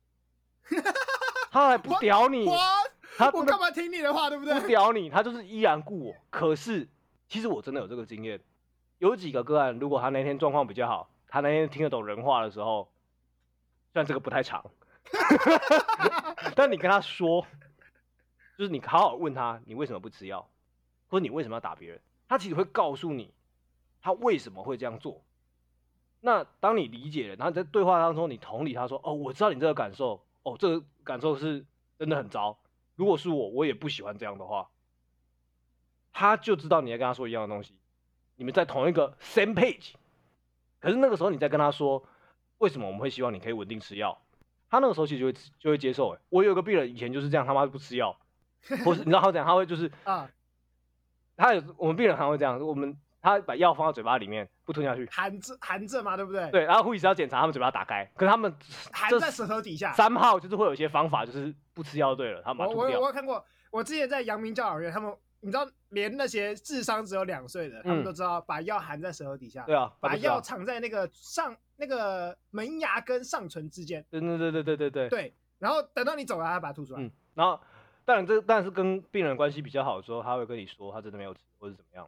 他还不屌你， 我干嘛听你的话，对不对？ 不屌你，他就是依然顾我。可是其实我真的有这个经验，有几个个案，如果他那天状况比较好，他那天听得懂人话的时候，虽然这个不太长，但你跟他说，就是你好好问他，你为什么不吃药，或者你为什么要打别人，他其实会告诉你他为什么会这样做。那当你理解了，然后你在对话当中，你同理他说，哦，我知道你这个感受，哦，这个感受是真的很糟。如果是我也不喜欢这样的话，他就知道你在跟他说一样的东西，你们在同一个 same page。可是那个时候你在跟他说，为什么我们会希望你可以稳定吃药，他那个时候其实就会接受。我有一个病人以前就是这样，他妈不吃药，或是你知道他怎样，他会就是我们病人还会这样，他把药放到嘴巴里面不吞下去， 含着嘛，对不对？ 对，然后护理师要检查他们嘴巴打开，可是他们含在舌头底下。 3号就是会有一些方法，就是不吃药对了，他们把它吐掉。 我有看过，我之前在阳明教养院，他们你知道，连那些智商只有2岁的，他们都知道把药含在舌头底下， 对啊， 把药藏在那个门牙跟上唇之间。 对， 然后等到你走了，他把它吐出来。 然后但是跟病人关系比较好的时候，他会跟你说他真的没有吃或是怎么样。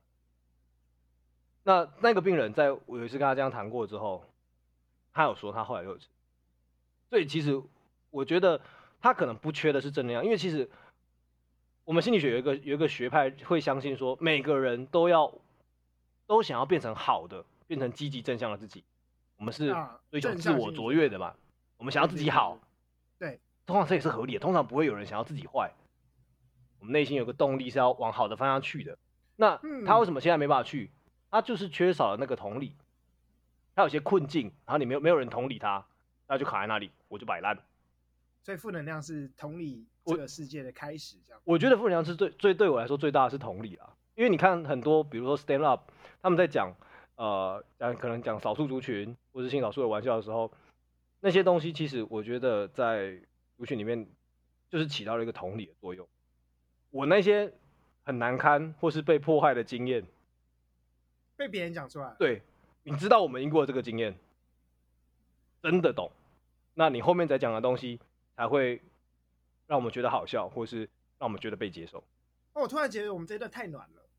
那个病人在我有一次跟他这样谈过之后，他有说他后来有吃。所以其实我觉得他可能不缺的是正能量，因为其实我们心理学有一个学派会相信说，每个人都想要变成好的，变成积极正向的自己。我们是追求自我卓越的嘛，我们想要自己好。 对， 通常这也是合理的，通常不会有人想要自己坏。我们内心有个动力是要往好的方向去的。那他为什么现在没办法去？他就是缺少了那个同理，他有些困境，然后你没有人同理他，他就卡在那里，我就摆烂。 所以负能量是同理这个世界的开始，这样。 我觉得负能量是对我来说最大的是同理啦，因为你看很多，比如说 stand up， 他们在讲可能讲少数族群或是性少数的玩笑的时候，那些东西其实我觉得在族群里面就是起到了一个同理的作用。我那些很难堪或是被迫害的经验， 被别人讲出来， 对，你知道我们经过这个经验，真的懂，那你后面再讲的东西才会让我们觉得好笑，或是让我们觉得被接受。 我突然觉得我们这一段太暖了。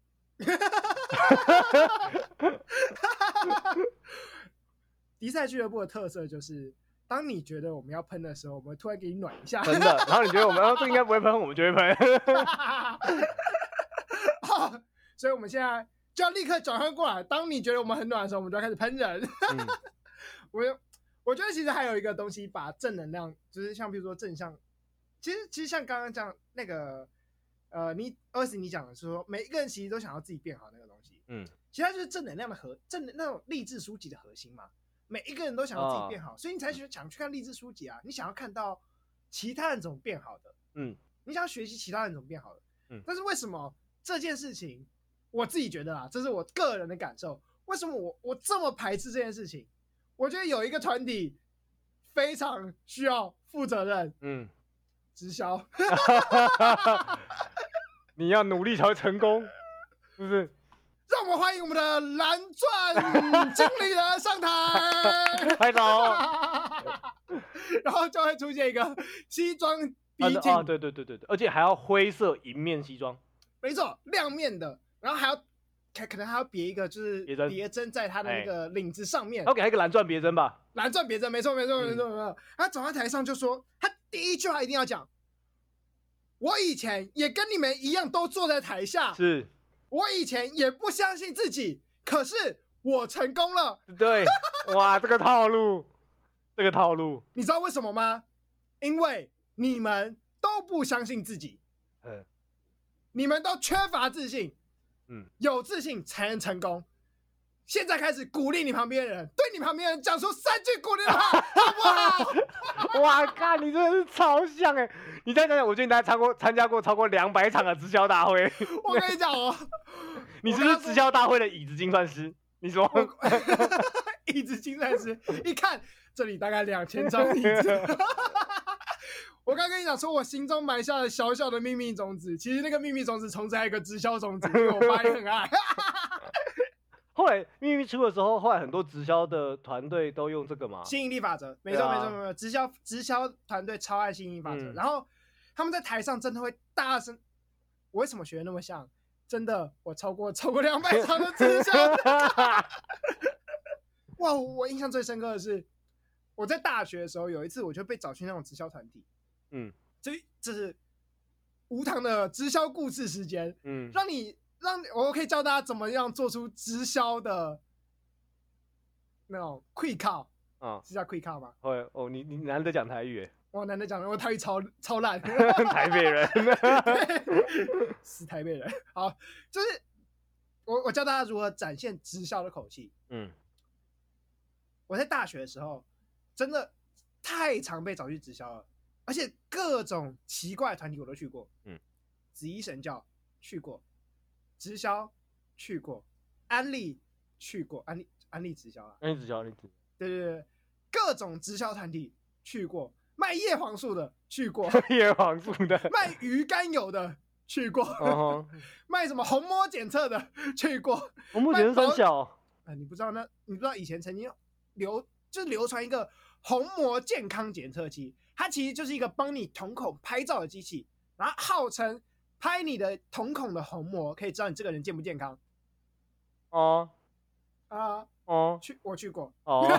迪赛俱乐部的特色就是，当你觉得我们要喷的时候，我们会突然给你暖一下。 真的，然后你觉得我们这应该不会喷，我们就会喷。 所以我们现在就要立刻转换过来，当你觉得我们很暖的时候，我们就要开始喷人。我觉得其实还有一个东西，把正能量，就是像比如说正向，其实像刚刚讲那个你讲的是说，每一个人其实都想要自己变好那个东西，其实它就是正能量的那种励志书籍的核心嘛。每一个人都想要自己变好，所以你才想去看励志书籍啊。你想要看到其他人怎么变好的，你想要学习其他人怎么变好的，但是为什么这件事情，我自己觉得啦，这是我个人的感受，为什么我这么排斥这件事情？我觉得有一个团体非常需要负责任，直销。 你要努力才会成功，是不是？ 让我们欢迎我们的蓝钻经理人上台， 拍手。 然后就会出现一个西装笔挺， 对，而且还要灰色银面西装， 没错，亮面的，然后还要可能还要别一个就是别针在他的那个领子上面， 要给他一个蓝钻别针吧？ 蓝钻别针，没错。他走在台上就说，他第一句话一定要讲：我以前也跟你们一样，都坐在台下， 是。 我以前也不相信自己，可是我成功了。 对，哇，这个套路， 你知道为什么吗？因为你们都不相信自己，你们都缺乏自信， 有自信才能成功。现在开始鼓励你旁边的人，对你旁边的人讲出3句鼓励的话，好不好？ 哇靠，你真的是超像哎！你再讲讲，我觉得你参加过超过200场的直销大会。 我跟你讲哦， 你是不是直销大会的椅子精算师？你说椅子精算师，一看这里大概2000张椅子。我刚跟你讲说，我心中埋下了小小的秘密种子，其实那个秘密种子从此还有一个直销种子，因为我爸也很爱。 后来秘密出的时候，后来很多直销的团队都用这个嘛， 吸引力法则，没错没错没错，直销团队超爱吸引力法则，然后他们在台上真的会大声。我为什么学的那么像？真的，我超过200场的直销。哇，我印象最深刻的是，我在大学的时候有一次，我就被找去那种直销团体，这是无糖的直销故事时间，让我可以教大家怎么样做出直销的那种 quick call， 是叫 quick call 吗？ 哦，你难得讲台语耶， 我难得讲，我台语超烂， 台北人， 是台北人。好，就是我教大家如何展现直销的口气。我在大学的时候真的太常被找去直销了，而且各种奇怪的团体我都去过。紫衣神教去过，直销去过，安利去过，安利直销啊， 安利直销， 对，各种直销团体去过，卖叶黄素的去过， 叶黄素的， 卖鱼肝油的去过，卖什么虹膜检测的去过， 虹膜检测很小， 你不知道以前曾经流传一个虹膜健康检测器，它其实就是一个帮你瞳孔拍照的机器，然后号称拍你的瞳孔的虹膜可以知道你这个人健不健康。我去过。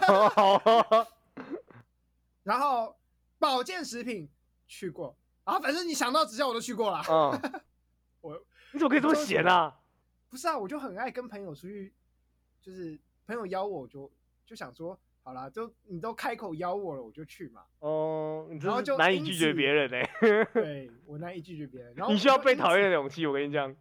然后保健食品去过，反正你想到直销我都去过啦。 你怎么可以这么闲啊？ 不是啊，我就很爱跟朋友出去，就是朋友邀我就想说，好啦，你都开口邀我了，我就去嘛。 你真是难以拒绝别人欸。 对，我难以拒绝别人。然后你需要被讨厌的勇气，我跟你讲。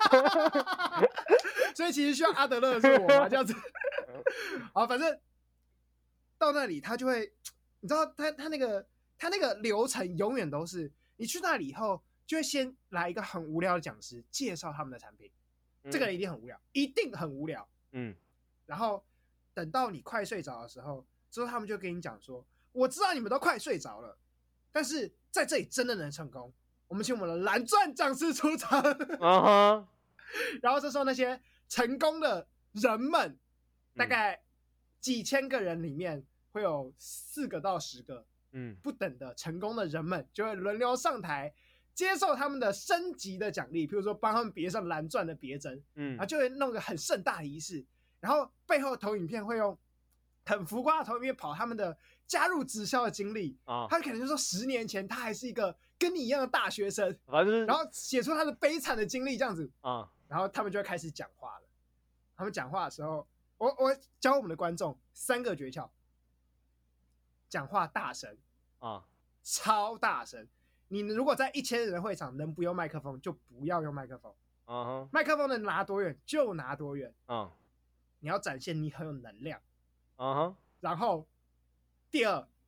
所以其实需要阿德勒的是我嘛，这样子。好，反正到那里他就会，你知道他那个流程永远都是，你去那里以后就会先来一个很无聊的讲师介绍他们的产品，这个人一定很无聊，一定很无聊。然后等到你快睡着的时候，之后他们就跟你讲说，我知道你们都快睡着了，但是在这里真的能成功，我们请我们的蓝钻讲师出场。然后这时候那些成功的人们，大概几千个人里面会有4个到10个不等的成功的人们就会轮流上台接受他们的升级的奖励，譬如说帮他们别上蓝钻的别针，然后就会弄个很盛大的仪式，然后背后投影片会用很浮夸的投影片跑他们的加入直销的经历，他可能就说10年前他还是一个跟你一样的大学生，然后写出他的悲惨的经历这样子，然后他们就会开始讲话了。他们讲话的时候，我教我们的观众3个诀窍：讲话大声超大声。你如果在1000人的会场能不用麦克风就不要用麦克风，麦克风能拿多远就拿多远。你要展现你很有能量。然后第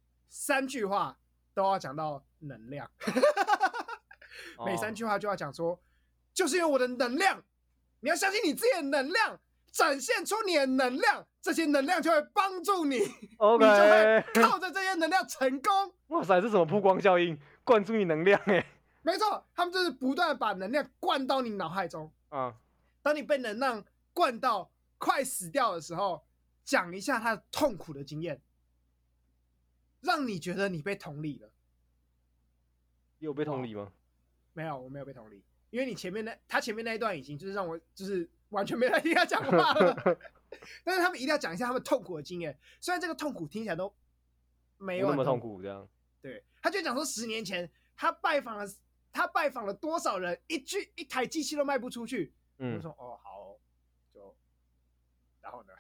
2、3句话都要讲到能量。每3句话就要讲说，就是因为我的能量，你要相信你自己的能量，展现出你的能量，这些能量就会帮助你，你就会靠着这些能量成功。 哇塞，这什么曝光效应？灌注你能量欸。 没错，他们就是不断把能量灌到你脑海中。当你被能量灌到快死掉的时候，讲一下他痛苦的经验，让你觉得你被同理了。 你有被同理吗？ 没有，我没有被同理，因为他前面那一段已经就是让我就是完全没来听他讲话了。但是他们一定要讲一下他们痛苦的经验，虽然这个痛苦听起来都没有那么痛苦，这样。 对，他就讲说10年前他拜访了多少人，一台机器都卖不出去。我就说好，就然后呢？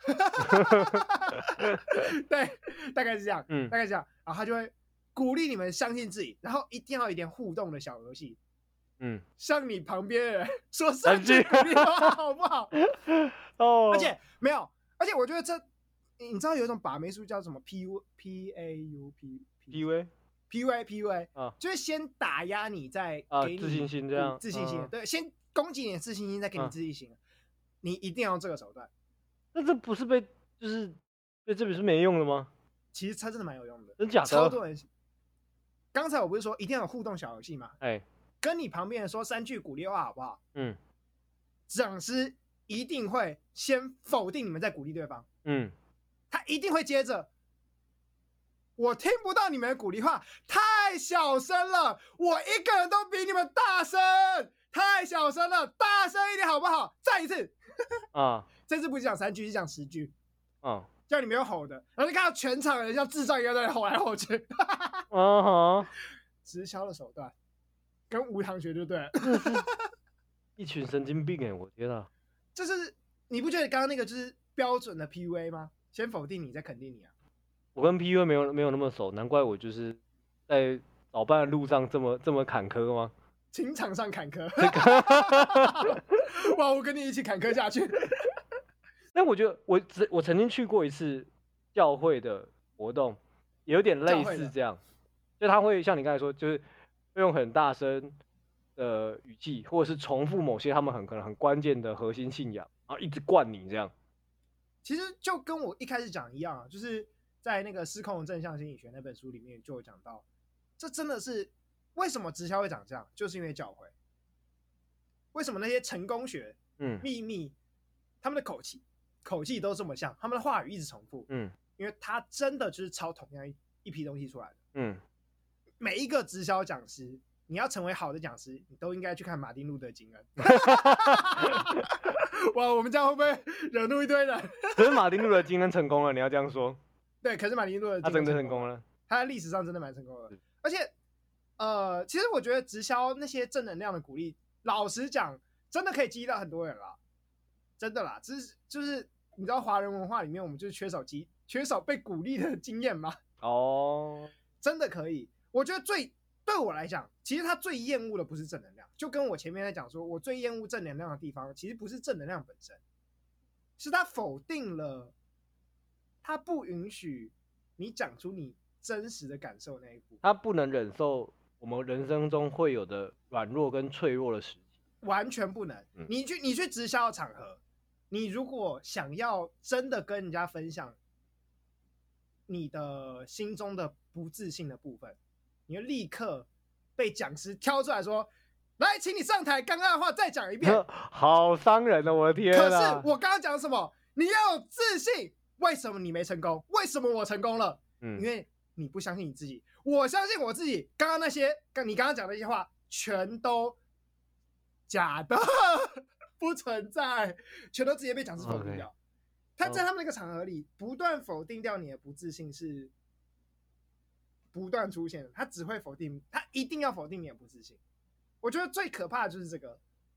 对，大概是这样，大概是这样。然后他就会鼓励你们相信自己，然后一定要有一点互动的小游戏。 向你旁边的人说3句鼓励话，好不好？ 哦， 而且没有，而且我觉得这，你知道有一种把妹术叫什么 PUA 啊，就是先打压你，再给你自信心，这样自信心，对，先攻击你的自信心，再给你自信心，你一定要用这个手段。 那这不是被这不是没用的吗？ 其实它真的蛮有用的， 真假的？ 超多人。刚才我不是说一定要有互动小游戏吗？跟你旁边人说3句鼓励话，好不好？讲师一定会先否定你们，再鼓励对方。他一定会接着，我听不到你们的鼓励话，太小声了，我一个人都比你们大声，太小声了，大声一点好不好？再一次啊，这次不是讲3句，是讲10句啊，叫你们用吼的，然后就看到全场的人像智障一样在那吼来吼去。直销的手段跟无糖学就对了， 一群神经病哎！我天啊， 就是你不觉得刚刚那个就是标准的 PUA 吗？先否定你，再肯定你啊！ 我跟 PUA 没有那么熟，难怪我就是在早班的路上这么坎坷吗？ 情场上坎坷，哇！我跟你一起坎坷下去。 但我觉得我曾经去过一次教会的活动，也有点类似这样，就他会像你刚才说，就是会用很大声的语气，或者是重复某些他们可能很关键的核心信仰，然后一直灌你这样。 其实就跟我一开始讲一样，就是在那个《失控的正向心理学》那本书里面就有讲到，这真的是为什么直销会长这样，就是因为教会。为什么那些成功学、秘密，他们的口气都这么像，他们的话语一直重复，因为他真的就是抄同样一批东西出来的，每一个直销讲师，你要成为好的讲师，你都应该去看马丁路德金恩。哇，我们这样会不会惹怒一堆人？ 可是马丁路德金恩成功了，你要这样说。 对，可是马丁路德金恩他真的成功了， 他在历史上真的蛮成功的。而且，其实我觉得直销那些正能量的鼓励，老实讲，真的可以激励到很多人啦，真的啦。就是你知道华人文化里面，我们就是缺少被鼓励的经验嘛。真的可以。我觉得对我来讲，其实他最厌恶的不是正能量，就跟我前面在讲说，我最厌恶正能量的地方，其实不是正能量本身，是他否定了，他不允许你讲出你真实的感受那一步， 他不能忍受我们人生中会有的软弱跟脆弱的时期， 完全不能。你去直销的场合，你如果想要真的跟人家分享你的心中的不自信的部分，你就立刻被讲师挑出来说，来，请你上台，刚刚的话再讲一遍。 好伤人哦，我的天啊！ 可是我刚刚讲什么？你要有自信。为什么你没成功？为什么我成功了？因为你不相信你自己。我相信我自己。刚刚那些，你刚刚讲的那些话，全都假的，不存在，全都直接被讲师否定掉。他在他们那个场合里，不断否定掉你的不自信是不断出现的。他只会否定，他一定要否定你的不自信。我觉得最可怕的就是这个。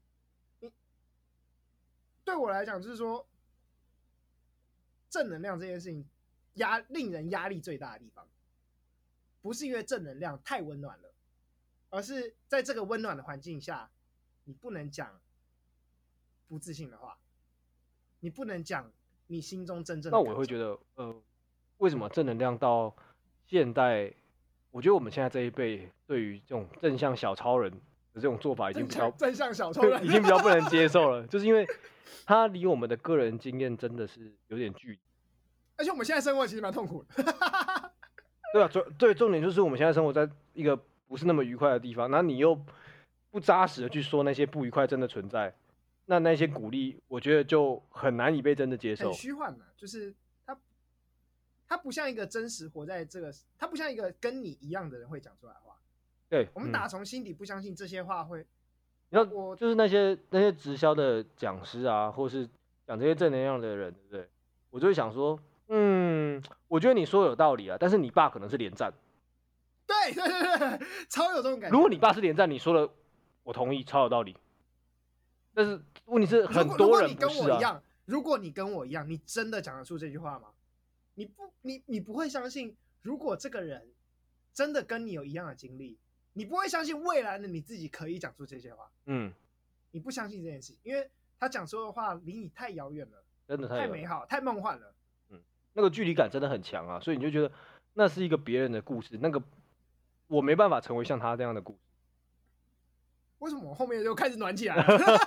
对我来讲，就是说，正能量这件事情令人压力最大的地方，不是因为正能量太温暖了，而是在这个温暖的环境下，你不能讲不自信的话，你不能讲你心中真正的感受。 那我会觉得，为什么正能量到现代，我觉得我们现在这一辈对于这种正向小超人的这种做法已经比较正向小超人已经比较不能接受了，就是因为它离我们的个人经验真的是有点距离。 而且我们现在生活其实蛮痛苦的。 对啊，重点就是我们现在生活在一个不是那么愉快的地方，然后你又不扎实的去说那些不愉快真的存在，那些鼓励，我觉得就很难以被真的接受。 很虚幻嘛，就是他不像一个真实活在这个，他不像一个跟你一样的人会讲出来的话。 对， 我们打从心底不相信这些话会。 你知道，就是那些直销的讲师啊，或是讲这些正能量的人，对不对？我就会想说，我觉得你说有道理啊，但是你爸可能是连战。 对，超有这种感觉。 如果你爸是连战，你说的我同意，超有道理。但是问题是，很多人不是啊。 如果你跟我一样，你真的讲得出这句话吗？你不会相信，如果这个人真的跟你有一样的经历， 你不会相信未来的你自己可以讲出这些话。你不相信这件事，因为他讲说的话离你太遥远了， 真的太美好，太梦幻了。 那个距离感真的很强啊，所以你就觉得那是一个别人的故事，那个我没办法成为像他这样的故事。 为什么我后面就开始暖起来了？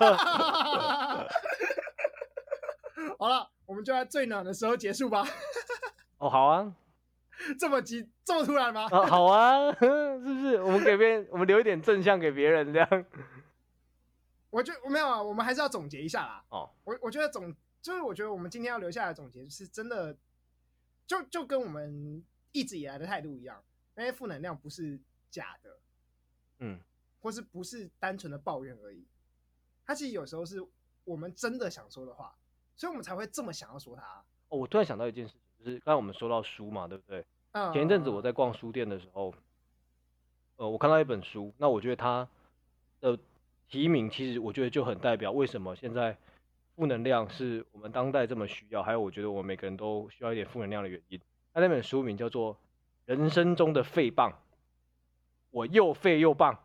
好了，我们就在最暖的时候结束吧。 哦，好啊， 这么急，这么突然吗？ 好啊，是不是？我们给别人，我们留一点正向给别人，这样。 我觉得没有啊，我们还是要总结一下啦。 哦， 我觉得就是我觉得我们今天要留下来的总结是真的，就跟我们一直以来的态度一样，因为负能量不是假的，或是不是单纯的抱怨而已，它其实有时候是我们真的想说的话，所以我们才会这么想要说它。 哦，我突然想到一件事情，就是刚才我们说到书嘛，对不对？前一阵子我在逛书店的时候，我看到一本书，那我觉得它的题名其实我觉得就很代表为什么现在负能量是我们当代这么需要，还有我觉得我们每个人都需要一点负能量的原因。那本书名叫做《人生中的废棒》，我又废又棒。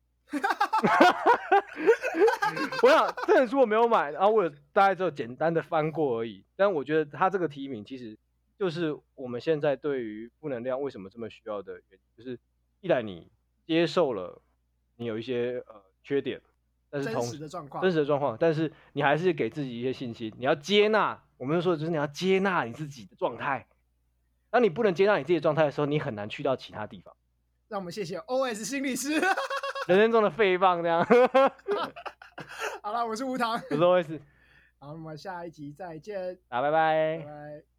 我想这本书我没有买，然后我大概只有简单的翻过而已。但我觉得它这个题名其实就是我们现在对于负能量为什么这么需要的原因，就是一来你接受了你有一些缺点，但是真实的状况，但是你还是给自己一些信心，你要接纳。我们说就是你要接纳你自己的状态。当你不能接纳你自己的状态的时候，你很难去到其他地方。 让我们谢谢 OS 心理师。 人生中的废棒这样。 好了，我是吴糖， 我是 OS。 好，我们下一集再见， 拜拜。 拜拜。